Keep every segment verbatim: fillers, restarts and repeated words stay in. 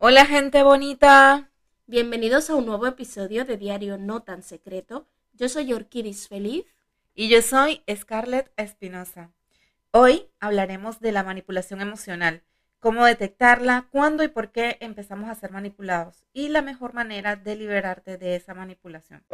Hola gente bonita. Bienvenidos a un nuevo episodio de Diario No Tan Secreto. Yo soy Orquídez Feliz. Y yo soy Scarlett Espinosa. Hoy hablaremos de la manipulación emocional, cómo detectarla, cuándo y por qué empezamos a ser manipulados y la mejor manera de liberarte de esa manipulación.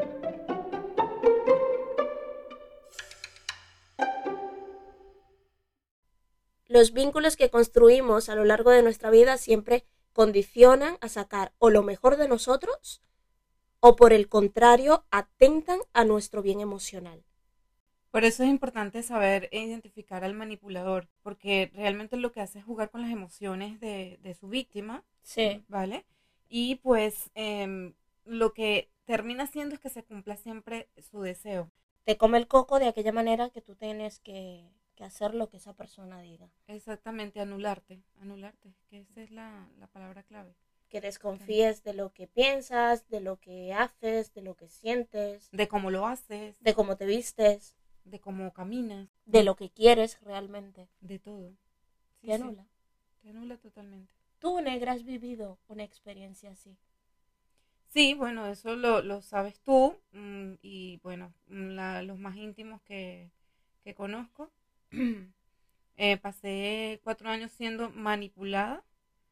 Los vínculos que construimos a lo largo de nuestra vida siempre condicionan a sacar o lo mejor de nosotros o por el contrario atentan a nuestro bien emocional. Por eso es importante saber e identificar al manipulador, porque realmente lo que hace es jugar con las emociones de, de su víctima, Sí. ¿vale? Y pues eh, lo que termina haciendo es que se cumpla siempre su deseo. Te come el coco de aquella manera que tú tienes que, que hacer lo que esa persona diga. Exactamente, anularte, anularte, que esa es la, la palabra clave. Que desconfíes de lo que piensas, de lo que haces, de lo que sientes, De cómo lo haces, de cómo te vistes, de cómo caminas, de lo que quieres realmente. de todo. Sí, Te sí, anula. te anula totalmente. Tú, negra, has vivido una experiencia así. Sí, bueno, eso lo, lo sabes tú mm, y bueno, mm, la- los más íntimos que, que conozco. Eh, pasé cuatro años siendo manipulada.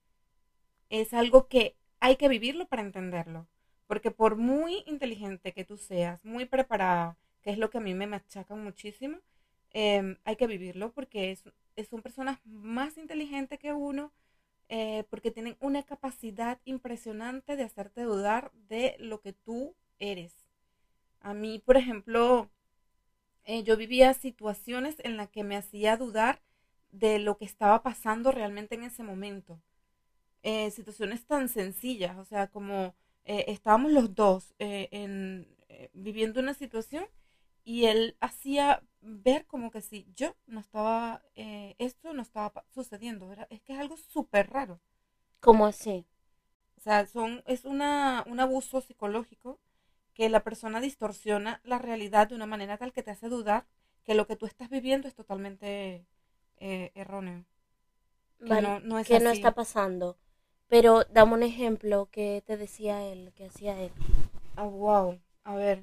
Es algo que hay que vivirlo para entenderlo. Porque por muy inteligente que tú seas, muy preparada, que es lo que a mí me machacan muchísimo, eh, hay que vivirlo porque es, es- son personas más inteligentes que uno, eh, porque tienen una capacidad impresionante de hacerte dudar de lo que tú eres. A mí, por ejemplo, eh, yo vivía situaciones en las que me hacía dudar de lo que estaba pasando realmente en ese momento. Eh, situaciones tan sencillas, o sea, como eh, estábamos los dos eh, en, eh, viviendo una situación y él hacía ver como que si yo no estaba, eh, esto no estaba pa- sucediendo, ¿verdad? Es que es algo súper raro. ¿Cómo así? O sea, son, es una, un abuso psicológico que la persona distorsiona la realidad de una manera tal que te hace dudar que lo que tú estás viviendo es totalmente eh, erróneo, que Vale, no, no es ¿qué no está así. pasando? Pero dame un ejemplo que te decía él, que hacía él. Ah, wow. A ver,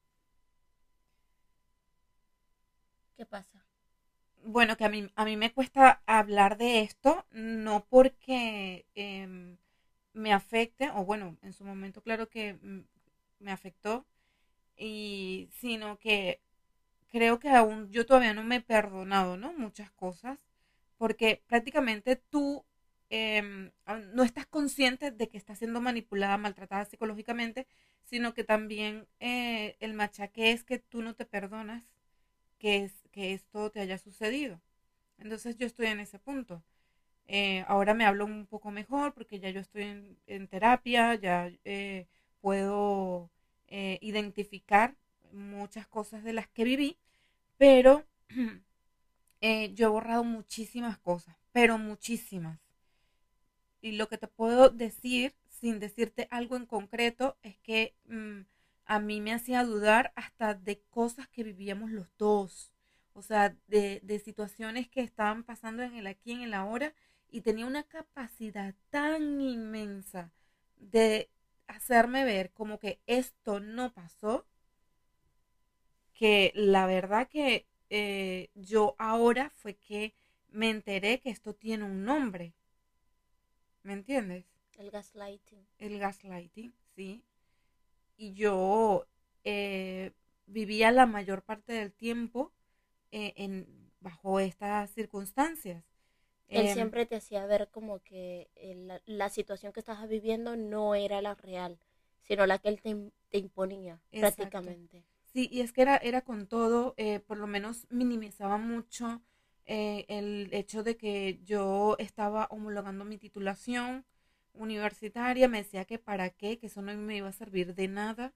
¿Qué pasa? bueno, que a mí, a mí me cuesta hablar de esto, no porque em, me afecte, o bueno, en su momento claro que mm, me afectó, y sino que creo que aún yo todavía no me he perdonado, ¿no? Muchas cosas, porque prácticamente tú em, ah, no estás consciente de que estás siendo manipulada, maltratada psicológicamente, sino que también eh, el machaque es que tú no te perdonas que, es, que esto te haya sucedido. Entonces yo estoy en ese punto. Eh, ahora me hablo un poco mejor porque ya yo estoy en, en terapia, ya eh, puedo eh, identificar muchas cosas de las que viví, pero eh, yo he borrado muchísimas cosas, pero muchísimas. Y lo que te puedo decir, sin decirte algo en concreto, es que mm, a mí me hacía dudar hasta de cosas que vivíamos los dos. O sea, de, de situaciones que estaban pasando en el aquí, en el ahora, y tenía una capacidad tan inmensa de hacerme ver como que esto no pasó, que la verdad que eh, yo ahora fue que me enteré que esto tiene un nombre. ¿Me entiendes? El gaslighting. El gaslighting, ¿sí? Y yo eh, vivía la mayor parte del tiempo eh, en, bajo estas circunstancias. Él Eh, siempre te hacía ver como que el- la, la situación que estabas viviendo no era la real, sino la que él te, im- te imponía exacto. prácticamente. Sí, y es que era, era con todo, eh, por lo menos minimizaba mucho eh, el hecho de que yo estaba homologando mi titulación universitaria, me decía que para qué, que eso no me iba a servir de nada,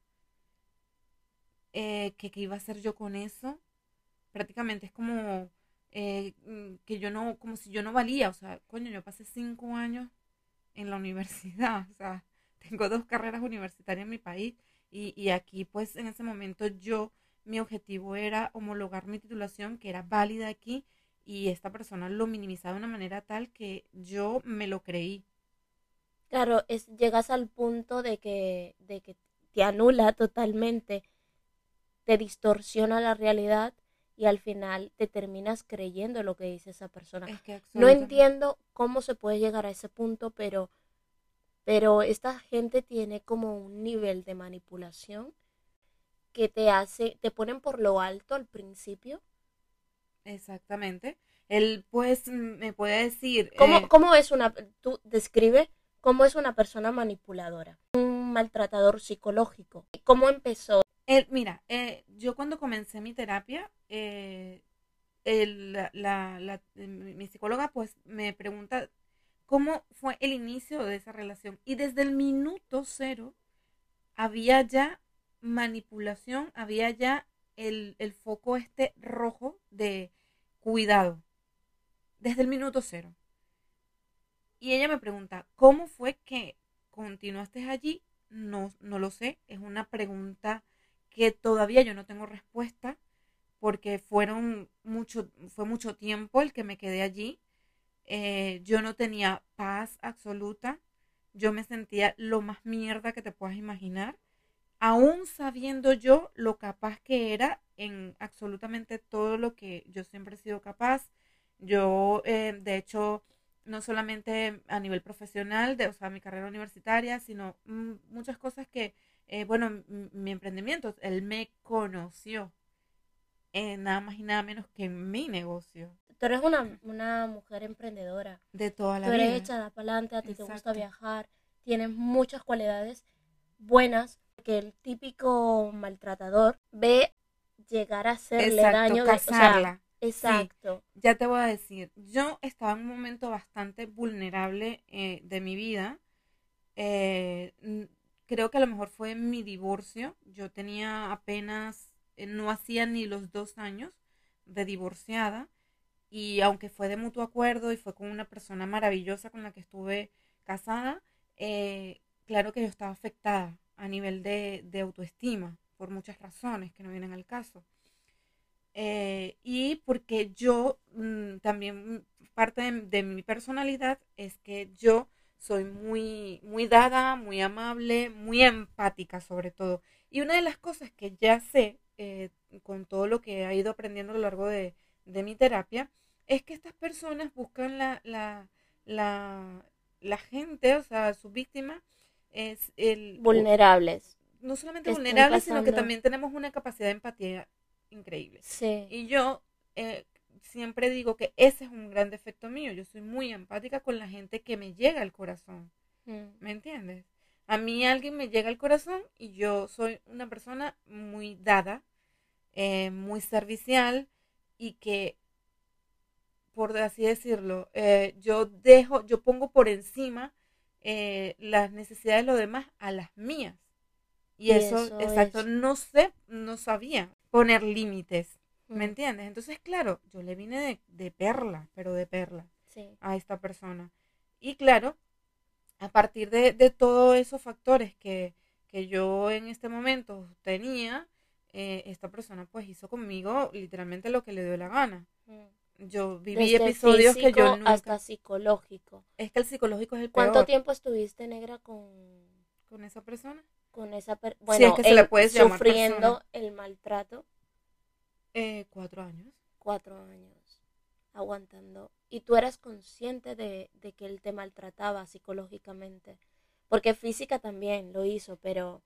eh, que qué iba a hacer yo con eso. Prácticamente es como eh, mm, que yo no, como si yo no valía, o sea, coño, yo pasé cinco años en la universidad, o sea, tengo dos carreras universitarias en mi país y, y aquí pues en ese momento yo, mi objetivo era homologar mi titulación que era válida aquí y esta persona lo minimizaba de una manera tal que yo me lo creí. Claro, es, llegas al punto de que, de que te anula totalmente, te distorsiona la realidad y al final te terminas creyendo lo que dice esa persona. Es que No absolutamente. entiendo cómo se puede llegar a ese punto, pero, pero esta gente tiene como un nivel de manipulación que te hace, te ponen por lo alto al principio. Exactamente. Él pues me puede decir, ¿Cómo, eh, cómo es una, tú describe cómo es una persona manipuladora? Un maltratador psicológico. ¿Cómo empezó? él, mira, eh, yo cuando comencé mi terapia, eh, el- la, la- la- mi mi psicóloga pues me pregunta cómo fue el inicio de esa relación. Y desde el minuto cero había ya manipulación, había ya el, el foco este rojo de cuidado, desde el minuto cero. Y ella me pregunta, ¿cómo fue que continuaste allí? No, no lo sé, es una pregunta que todavía yo no tengo respuesta porque fueron mucho, fue mucho tiempo el que me quedé allí. Eh, yo no tenía paz absoluta, yo me sentía lo más mierda que te puedas imaginar, aún sabiendo yo lo capaz que era en absolutamente todo lo que yo siempre he sido capaz. Yo, eh, de hecho, no solamente a nivel profesional, de, o sea, mi carrera universitaria, sino mm, muchas cosas que, eh, bueno, m- mi emprendimiento, él me conoció eh, nada más y nada menos que en mi negocio Tú eres una, una mujer emprendedora. de toda Tú la eres vida. echada para adelante, a ti te gusta Exacto. viajar, tienes muchas cualidades buenas que el típico maltratador ve llegar a hacerle Exacto, daño de, o sea, casarla. Sí, exacto. ya te voy a decir, yo estaba en un momento bastante vulnerable eh, de mi vida. Eh, n- Creo que a lo mejor fue mi divorcio. Yo tenía apenas, eh, no hacía ni los dos años de divorciada. Y aunque fue de mutuo acuerdo y fue con una persona maravillosa con la que estuve casada, eh, claro que yo estaba afectada a nivel de, de autoestima por muchas razones que no vienen al caso. Eh, y porque yo mm, también mm, parte de, de mi personalidad es que yo soy muy, muy dada, muy amable, muy empática sobre todo. Y una de las cosas que ya sé eh, con todo lo que he ido aprendiendo a lo largo de, de mi terapia es que estas personas buscan la, la, la, la gente, o sea, su víctima es el, o- Vulnerables, no solamente que estén vulnerable, sino que pasando, también tenemos una capacidad de empatía increíble. sí, Y yo eh, siempre digo que ese es un gran defecto mío. Yo soy muy empática con la gente que me llega al corazón. mm, ¿Me entiendes? A mí alguien me llega al corazón y yo soy una persona muy dada, eh, muy servicial y que, por así decirlo, eh, yo dejo, yo pongo por encima eh, las necesidades de los demás a las mías. Y y eso, eso exacto, es, no sé, no sabía poner límites, ¿me mm, entiendes? Entonces, claro, yo le vine de, de perla, pero de perla, sí, a esta persona. Y claro, a partir de, de todos esos factores que, que yo en este momento tenía, eh, esta persona pues hizo conmigo literalmente lo que le dio la gana. mm. Yo viví Desde episodios que yo físico hasta nunca... psicológico. Es que el psicológico es el ¿Cuánto peor tiempo estuviste negra con, con esa persona. con esa, per- Si es bueno, que se le en, puedes llamar persona. sufriendo el maltrato? Eh, cuatro años. Cuatro años aguantando. Y tú eras consciente de, de que él te maltrataba psicológicamente. Porque física también lo hizo, pero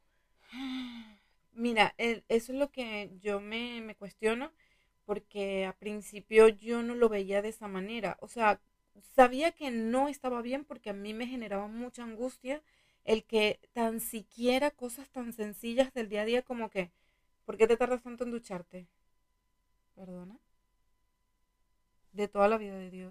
Mira, eh, eso es lo que yo me, me cuestiono, porque a principio yo no lo veía de esa manera. O sea, sabía que no estaba bien porque a mí me generaba mucha angustia el que tan siquiera cosas tan sencillas del día a día como que, ¿por qué te tardas tanto en ducharte? Perdona, de toda la vida de Dios.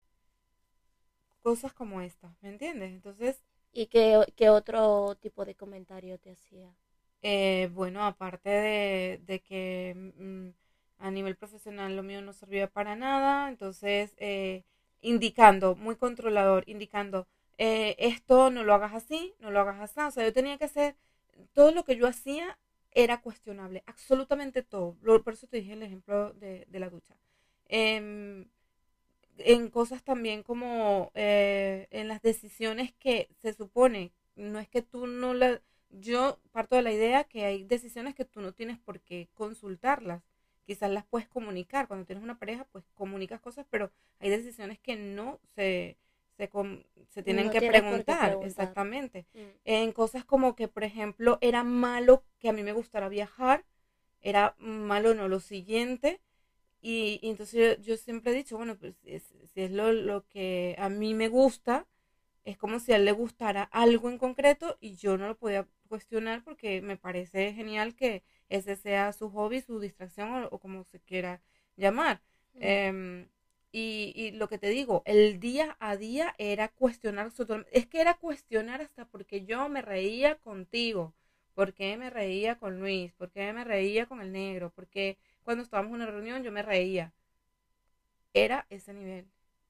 Cosas como esta, ¿me entiendes? Entonces, ¿y qué, qué otro tipo de comentario te hacía? Eh, bueno, aparte de, de que mm, a nivel profesional lo mío no servía para nada, entonces eh, indicando, muy controlador, indicando, eh, esto no lo hagas así, no lo hagas así, o sea, yo tenía que hacer, todo lo que yo hacía era cuestionable, absolutamente todo, por eso te dije el ejemplo de, de la ducha. Em, en cosas también como eh, en las decisiones que se supone, no es que tú no la, yo parto de la idea que hay decisiones que tú no tienes por qué consultarlas, quizás las puedes comunicar, cuando tienes una pareja pues comunicas cosas, pero hay decisiones que no se, se, com- se tienen No que tienes por qué preguntar, preguntar. exactamente, Mm. en cosas como que por ejemplo era malo que a mí me gustara viajar, era malo no lo siguiente, y, y entonces yo, yo siempre he dicho, bueno, pues si es, si es lo, lo que a mí me gusta, es como si a él le gustara algo en concreto y yo no lo podía cuestionar porque me parece genial que ese sea su hobby, su distracción o, o como se quiera llamar. Mm. Em, y, y lo que te digo, el día a día era cuestionar, absolutamente- es que era cuestionar hasta porque yo me reía contigo, por qué me reía con Luis, por qué me reía con el negro, porque cuando estábamos en una reunión yo me reía. Era ese nivel.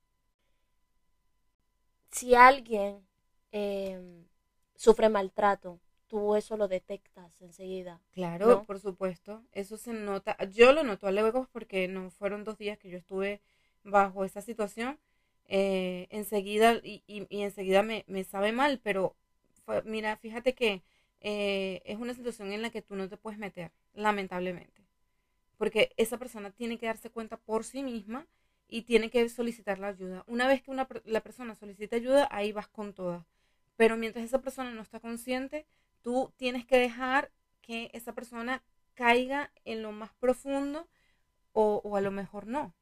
Si alguien eh, sufre maltrato, tú eso lo detectas enseguida, Claro, ¿no? por supuesto, eso se nota. Yo lo noto a luego porque no fueron dos días que yo estuve bajo esa situación. Eh, enseguida, y, y, y enseguida me, me sabe mal, pero fue- mira, fíjate que eh, es una situación en la que tú no te puedes meter, lamentablemente, porque esa persona tiene que darse cuenta por sí misma y tiene que solicitar la ayuda. Una vez que una, la persona solicita ayuda, ahí vas con todas. Pero mientras esa persona no está consciente, tú tienes que dejar que esa persona caiga en lo más profundo o, o a lo mejor no.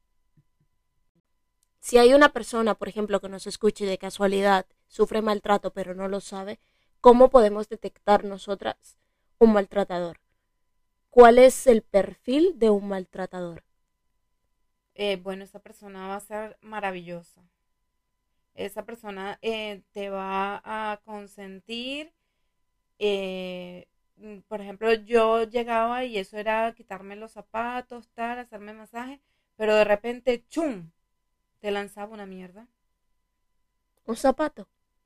Si hay una persona, por ejemplo, que nos escuche y de casualidad sufre maltrato pero no lo sabe, ¿cómo podemos detectar nosotras un maltratador? ¿Cuál es el perfil de un maltratador? Eh, bueno, esa persona va a ser maravillosa. Esa persona eh, te va a consentir. eh, mm, por ejemplo, yo llegaba y eso era quitarme los zapatos, tal, hacerme masaje, pero de repente, ¡chum! Te lanzaba una mierda. ¿Un zapato?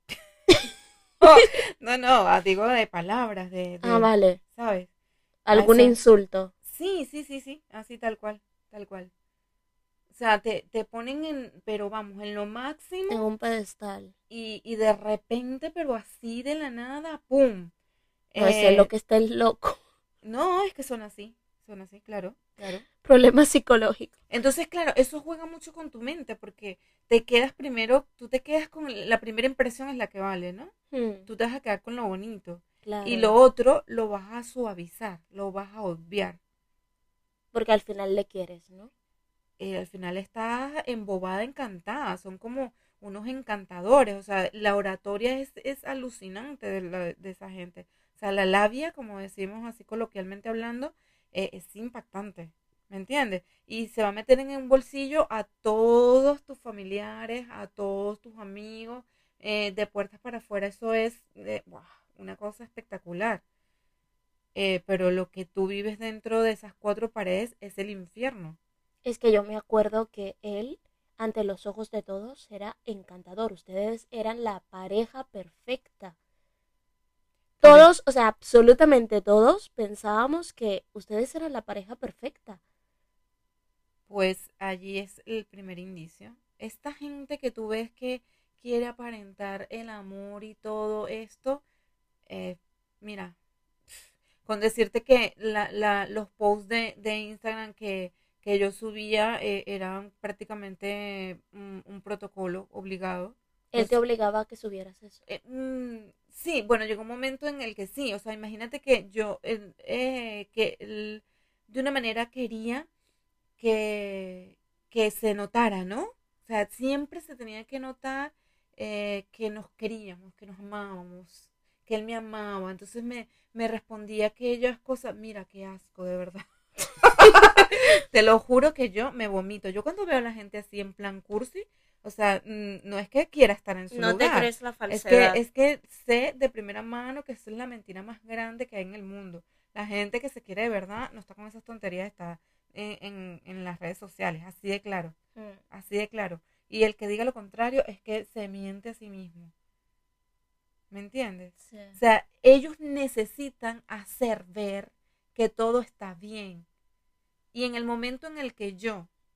Oh, no, no, ah, digo de palabras, de, Ah, de, vale. ¿sabes? A ¿Algún eso. insulto? Sí, sí, sí, sí, así tal cual, tal cual. O sea, te, te ponen en, pero vamos, en lo máximo En un pedestal. y, y de repente, pero así de la nada, ¡pum! No, ese es lo Eh, que está el loco. no, es que son así, son así, claro, claro. Problema psicológico. Entonces, claro, eso juega mucho con tu mente porque te quedas primero, tú te quedas con la primera impresión es la que vale, ¿no? Hmm, Tú te vas a quedar con lo bonito y lo claro. otro lo vas a suavizar, lo vas a obviar. Porque al final le quieres, ¿no? Eh, al final estás embobada, encantada, son como unos encantadores, o sea, la oratoria es, es alucinante de, la- de esa gente. O sea, la labia, como decimos así coloquialmente hablando, eh, es impactante, ¿me entiendes? Y se va a meter en un bolsillo a todos tus familiares, a todos tus amigos, eh, de puertas para afuera, eso es eh, ¡guau! Una cosa espectacular. Eh, pero lo que tú vives dentro de esas cuatro paredes es el infierno. Es que yo me acuerdo que él, ante los ojos de todos, era encantador. Ustedes eran la pareja perfecta. Por eso Todos, o sea, absolutamente todos pensábamos que ustedes eran la pareja perfecta. pues allí es el primer indicio. Esta gente que tú ves que quiere aparentar el amor y todo esto, eh, mira, con decirte que la, la, los posts de, de Instagram que, que yo subía eh, eran prácticamente un, un protocolo obligado. Yo, Él te obligaba a que subieras eso. eh, mm, sí, bueno, llegó un momento en el que sí, o sea, imagínate que yo, eh, eh, que el, de una manera quería que, que se notara, ¿no? O sea, siempre se tenía que notar eh, que nos queríamos, que nos amábamos, que él me amaba. Entonces me, me respondía aquellas cosas, mira, qué asco, de verdad. Te lo juro que yo me vomito. Yo cuando veo a la gente así en plan cursi, o sea, mm, no es que quiera estar en su No te lugar. crees la Es que, falsedad. es que sé de primera mano que esa es la mentira más grande que hay en el mundo. La gente que se quiere de verdad no está con esas tonterías, está en, en, en las redes sociales, así de claro, Mm, así de claro. Y el que diga lo contrario es que se miente a sí mismo. ¿Me entiendes? sí. O sea, ellos necesitan hacer ver que todo está bien. Y en el momento en el que yo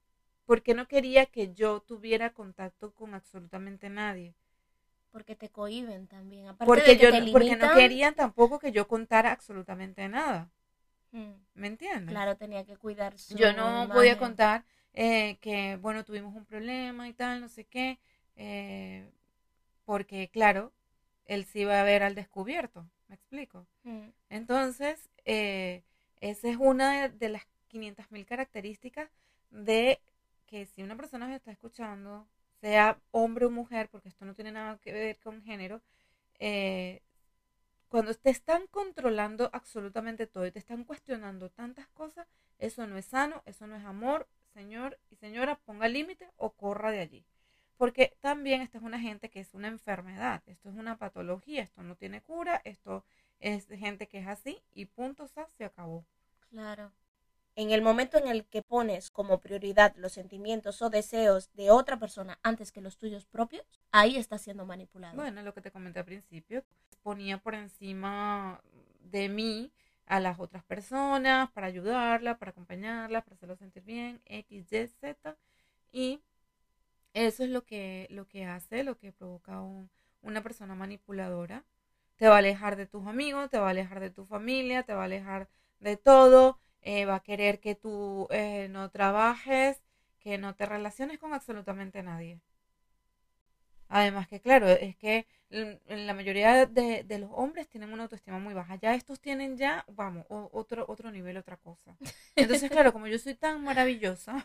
porque no quería que yo tuviera contacto con absolutamente nadie. Porque te cohíben también. Aparte Porque de que yo te no- porque no limitan, querían tampoco que yo contara absolutamente nada. mm, ¿Me entiendes? claro, tenía que cuidar su Yo no podía imagen. contar eh, que, bueno, tuvimos un problema y tal, no sé qué, eh, porque, claro, él sí iba a ver al descubierto, ¿me explico? Mm, Entonces, eh, esa es una de, de las quinientas mil características de que si una persona me está escuchando, sea hombre o mujer, porque esto no tiene nada que ver con género, eh, cuando te están controlando absolutamente todo y te están cuestionando tantas cosas, eso no es sano, eso no es amor, señor y señora, ponga límite o corra de allí. Porque también esta es una gente que es una enfermedad, esto es una patología, esto no tiene cura, esto es de gente que es así y punto, o sea, se acabó. claro. En el momento en el que pones como prioridad los sentimientos o deseos de otra persona antes que los tuyos propios, ahí estás siendo manipulado. Bueno, lo que te comenté al principio, ponía por encima de mí a las otras personas para ayudarla, para acompañarla, para hacerlo sentir bien, X, Y, Z, y eso es lo que, lo que hace, lo que provoca un, una persona manipuladora. Te va a alejar de tus amigos, te va a alejar de tu familia, te va a alejar de todo, eh, va a querer que tú eh, no trabajes, que no te relaciones con absolutamente nadie. Además que, claro, es que l- la mayoría de, de los hombres tienen una autoestima muy baja. Ya estos tienen ya, vamos, o- otro, otro nivel, otra cosa. Entonces, claro, como yo soy tan maravillosa,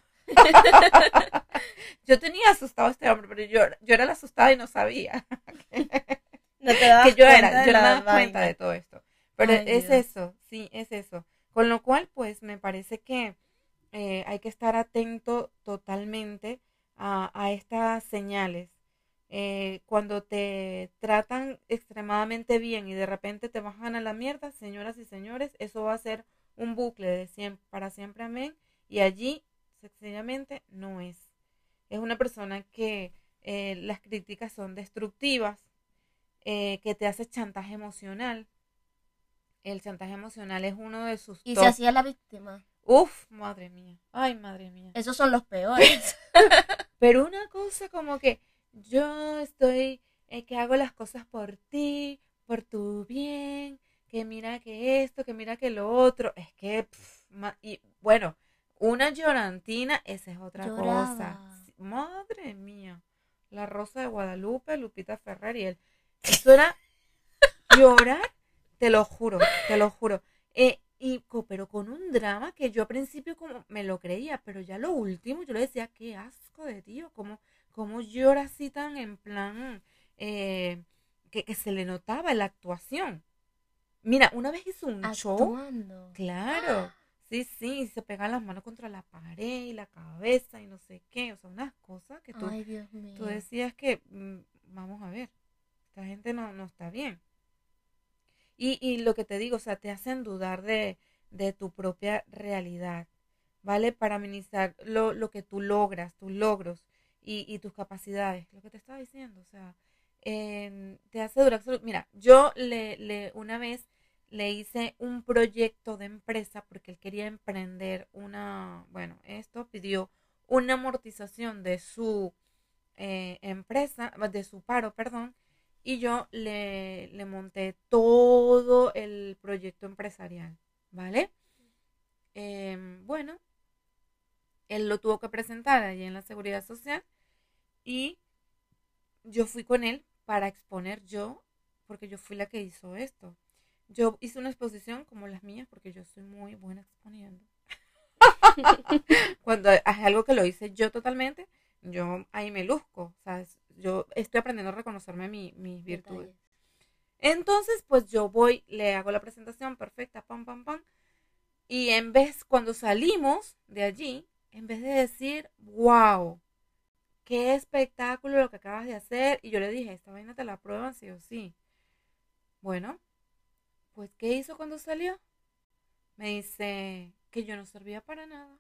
yo tenía asustado a este hombre, pero yo, yo era la asustada y no sabía No te dabas que yo cuenta era, de yo no me la daba cuenta vaina. de todo esto. Pero Ay, es Dios. eso, sí, es eso. Con lo cual, pues me parece que eh, hay que estar atento totalmente a, a estas señales. Eh, cuando te tratan extremadamente bien y de repente te bajan a la mierda, señoras y señores, eso va a ser un bucle de siempre, para siempre, amén. Y allí, sencillamente, no es. Es una persona que eh, las críticas son destructivas, eh, que te hace chantaje emocional. El chantaje emocional es uno de sus Y se top. hacía la víctima. Uf, madre mía. Ay, madre mía. Esos son los peores. Pero una cosa como que yo estoy, eh, que hago las cosas por ti, por tu bien, que mira que esto, que mira que lo otro. Es que, pf, ma- y bueno, una llorantina, esa es otra cosa. Lloraba. Sí, madre mía. La Rosa de Guadalupe, Lupita Ferrer y él. Eso era llorar, te lo juro, te lo juro. Eh, y, co- pero con un drama que yo al principio como me lo creía, pero ya lo último yo le decía, qué asco de tío, cómo, cómo llora así tan en plan, eh, que, que se le notaba la actuación. Mira, una vez hizo un show, Actuando. claro, sí, sí, se pegan las manos contra la pared y la cabeza y no sé qué, o sea, unas cosas que tú, Ay, Dios tú mío. decías que, mm, vamos a ver, esta gente no, no está bien. Y, y lo que te digo, o sea, te hacen dudar de, de tu propia realidad, ¿vale? Para minimizar lo, lo que tú logras, tus logros y, y tus capacidades, lo que te estaba diciendo, o sea, em, te hace dudar. Mira, yo le, le una vez le hice un proyecto de empresa porque él quería emprender una, bueno, esto pidió una amortización de su eh, empresa, de su paro, perdón, y yo le, le monté todo el proyecto empresarial, ¿vale? Eh, bueno, él lo tuvo que presentar allí en la Seguridad Social y yo fui con él para exponer yo, porque yo fui la que hizo esto. Yo hice una exposición como las mías, porque yo soy muy buena exponiendo. Cuando es algo que lo hice yo totalmente, yo ahí me luzco, ¿sabes? Yo estoy aprendiendo a reconocerme mi, mis virtudes. Detalles. Entonces, pues yo voy, le hago la presentación perfecta, pam, pam, pam. Y en vez, cuando salimos de allí, en vez de decir, wow, qué espectáculo lo que acabas de hacer, y yo le dije, esta vaina te la prueban sí o sí. Bueno, pues ¿qué hizo cuando salió? Me dice que yo no servía para nada,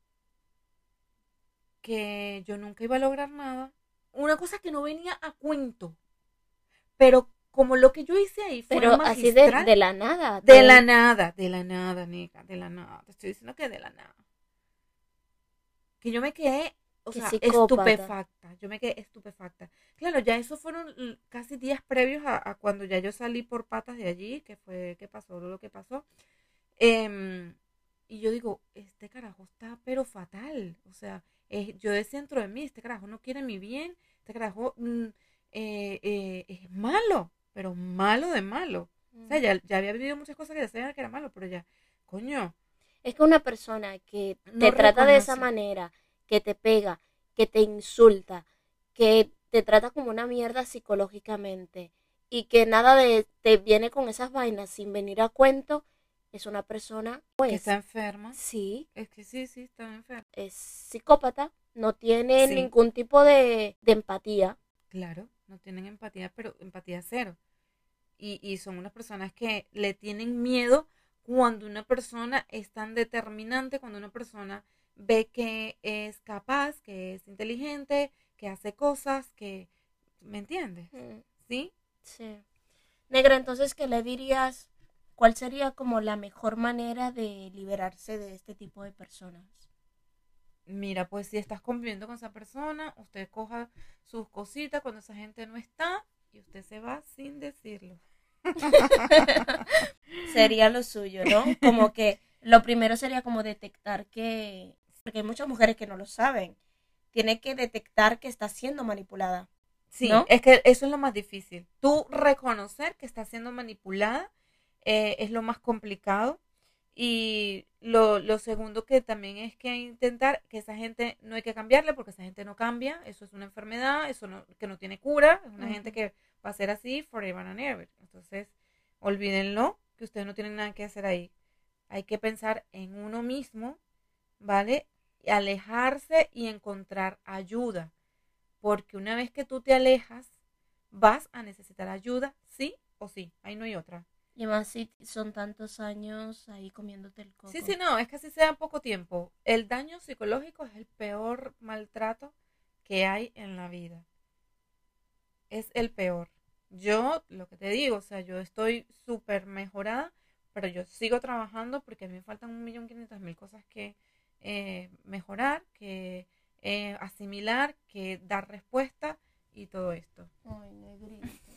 que yo nunca iba a lograr nada. Una cosa que no venía a cuento. Pero como lo que yo hice ahí fue Pero así de, magistral, de la nada. de te- la nada, de la nada, nega, de la nada. Te estoy diciendo que de la nada. Que yo me quedé o Qué sea, psicópata. estupefacta. Yo me quedé estupefacta. Claro, ya esos fueron l- casi días previos a, a cuando ya yo salí por patas de allí, que fue que pasó lo que pasó. Em, y yo digo, este carajo está pero fatal. O sea, eh, yo decía dentro de mí, este carajo no quiere mi bien, este carajo mm, eh, eh, es malo, pero malo de malo. O sea, Mm. ya, ya había vivido muchas cosas que ya sabía que era malo, pero ya, coño, Es que una persona que no te trata de esa reconoce. manera, que te pega, que te insulta, que te trata como una mierda psicológicamente y que nada de te viene con esas vainas sin venir a cuento, es una persona, Que está pues, enferma. sí, Es que sí, sí, está enferma. es psicópata, no tiene Sí, ningún tipo de, de empatía. claro, no tienen empatía, pero empatía cero. Y, y son unas personas que le tienen miedo cuando una persona es tan determinante, cuando una persona ve que es capaz, que es inteligente, que hace cosas, que... ¿Me entiendes? Mm, ¿Sí? sí. Negra, entonces, ¿qué le dirías? ¿Cuál sería como la mejor manera de liberarse de este tipo de personas? Mira, pues si estás conviviendo con esa persona, usted coja sus cositas cuando esa gente no está y usted se va sin decirlo. Sería lo suyo, ¿no? Como que lo primero sería como detectar que, porque hay muchas mujeres que no lo saben, tiene que detectar que está siendo manipulada, Sí, ¿no? es que eso es lo más difícil. Tú reconocer que está siendo manipulada eh, es lo más complicado. Y lo, lo segundo que también es que intentar que esa gente no hay que cambiarle porque esa gente no cambia, eso es una enfermedad, eso no, que no tiene cura, es una gente Ujú. que va a ser así forever and ever. Entonces, olvídenlo, que ustedes no tienen nada que hacer ahí. Hay que pensar en uno mismo, ¿vale? Y alejarse y encontrar ayuda, porque una vez que tú te alejas, vas a necesitar ayuda, sí o sí, ahí no hay otra. Y más si son tantos años ahí comiéndote el Sí, coco. sí, no, es que así sea poco tiempo. El daño psicológico es el peor maltrato que hay en la vida. Es el peor. Yo, lo que te digo, o sea, yo estoy súper mejorada, pero yo sigo trabajando porque a mí me faltan un millón quinientas mil cosas que eh, mejorar, que eh, asimilar, que dar respuesta y todo esto. Ay, negrito.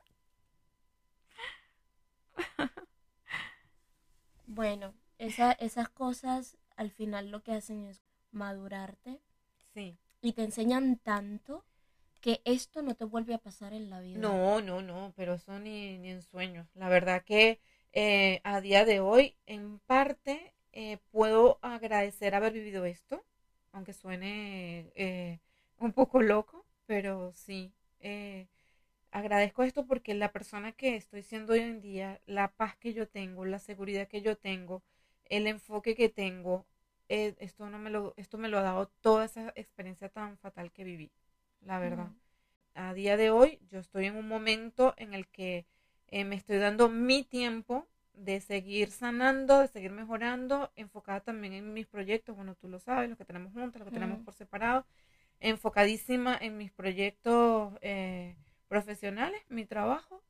Bueno, esa, esas cosas al final lo que hacen es madurarte Sí. y te enseñan tanto que esto no te vuelve a pasar en la vida. No, no, no, pero eso ni, ni en sueños. La verdad que eh, a día de hoy, en parte, eh, puedo agradecer haber vivido esto, aunque suene eh, un poco loco, pero sí, eh, agradezco esto porque la persona que estoy siendo hoy en día, la paz que yo tengo, la seguridad que yo tengo, el enfoque que tengo, eh, esto no me lo, esto me lo ha dado toda esa experiencia tan fatal que viví, la verdad. Mm. A día de hoy yo estoy en un momento en el que eh, me estoy dando mi tiempo de seguir sanando, de seguir mejorando, enfocada también en mis proyectos, bueno, tú lo sabes, los que tenemos juntos, los que tenemos Mm. por separado, enfocadísima en mis proyectos eh, profesionales, mi trabajo,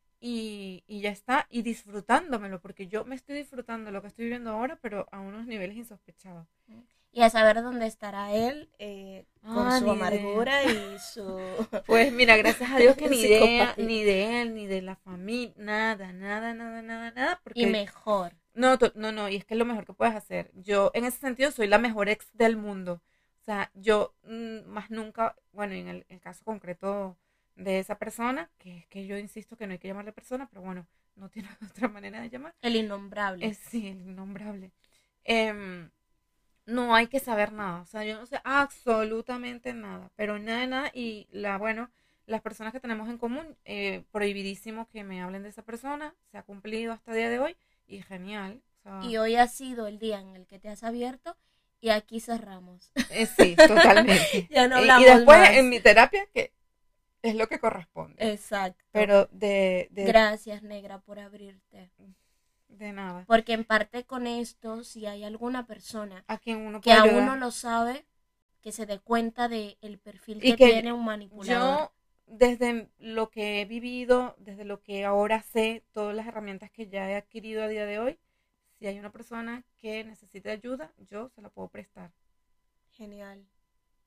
y, y ya está, y disfrutándomelo, porque yo me estoy disfrutando lo que estoy viviendo ahora, pero a unos niveles insospechados. Y a saber dónde estará él eh, con Ah, su ni idea. amargura y su Pues mira, gracias a Dios que ni idea, psicopatía. ni de él, ni de la familia, nada, nada, nada, nada, nada, Y porque mejor. no, to- no, no, y es que es lo mejor que puedes hacer. Yo, en ese sentido, soy la mejor ex del mundo. O sea, yo mm, más nunca, bueno, en el, el caso concreto de esa persona, que es que yo insisto que no hay que llamarle persona, pero bueno, no tiene otra manera de llamar, El innombrable. es sí, el innombrable. Em, no hay que saber nada, o sea, yo no sé absolutamente nada, pero nada de nada y la, bueno, las personas que tenemos en común, eh, prohibidísimo que me hablen de esa persona, se ha cumplido hasta el día de hoy y genial, o sea, Y hoy ha sido el día en el que te has abierto y aquí cerramos. eh, sí, totalmente. Ya no Y, y hablamos después en más. mi terapia, que es lo que corresponde, Exacto. pero de, de, Gracias, negra, por abrirte. de nada, Porque en parte con esto, si hay alguna persona a quien uno que puede aún no ayudar. lo sabe, que se dé cuenta de el perfil Y que que tiene un manipulador. yo, desde lo que he vivido, desde lo que ahora sé, todas las herramientas que ya he adquirido a día de hoy, si hay una persona que necesite ayuda, yo se la puedo prestar. Genial.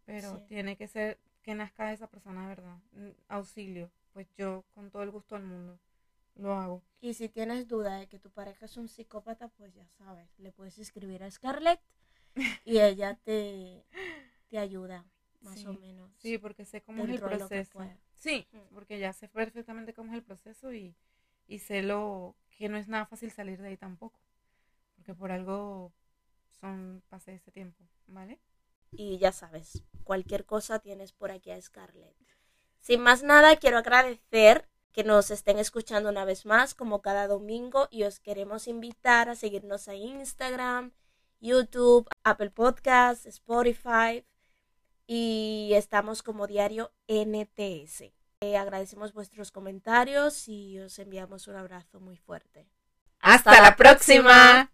pero Sí. tiene que ser que nazca de esa persona, ¿verdad? Mm, Auxilio, pues yo con todo el gusto del mundo lo hago. Y si tienes duda de que tu pareja es un psicópata, pues ya sabes, le puedes escribir a Scarlett y ella te, te ayuda, más Sí, o menos. sí, porque sé cómo es el dentro de lo que proceso. pueda. Sí, Mm. porque ya sé perfectamente cómo es el proceso y, y sé lo que no es nada fácil salir de ahí tampoco, porque por algo son pasé ese tiempo, ¿vale? Y ya sabes, cualquier cosa tienes por aquí a Scarlett. Sin más nada, quiero agradecer que nos estén escuchando una vez más, como cada domingo, y os queremos invitar a seguirnos a Instagram, YouTube, Apple Podcasts, Spotify, y estamos como Diario N T S. Eh, agradecemos vuestros comentarios y os enviamos un abrazo muy fuerte. ¡Hasta, la próxima!